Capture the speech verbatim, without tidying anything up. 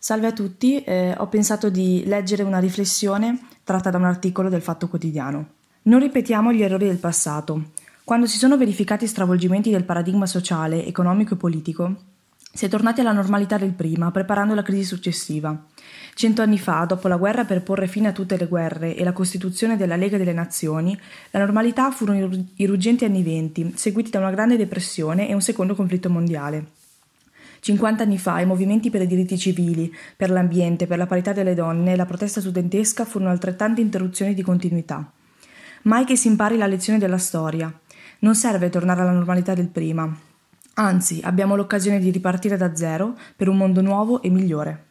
Salve a tutti, eh, ho pensato di leggere una riflessione tratta da un articolo del Fatto Quotidiano. Non ripetiamo gli errori del passato. Quando si sono verificati stravolgimenti del paradigma sociale, economico e politico, si è tornati alla normalità del prima, preparando la crisi successiva. Cento anni fa, dopo la guerra per porre fine a tutte le guerre e la costituzione della Lega delle Nazioni, la normalità furono i ruggenti anni venti, seguiti da una grande depressione e un secondo conflitto mondiale. cinquanta anni fa i movimenti per i diritti civili, per l'ambiente, per la parità delle donne e la protesta studentesca furono altrettante interruzioni di continuità. Mai che si impari la lezione della storia. Non serve tornare alla normalità del prima. Anzi, abbiamo l'occasione di ripartire da zero per un mondo nuovo e migliore.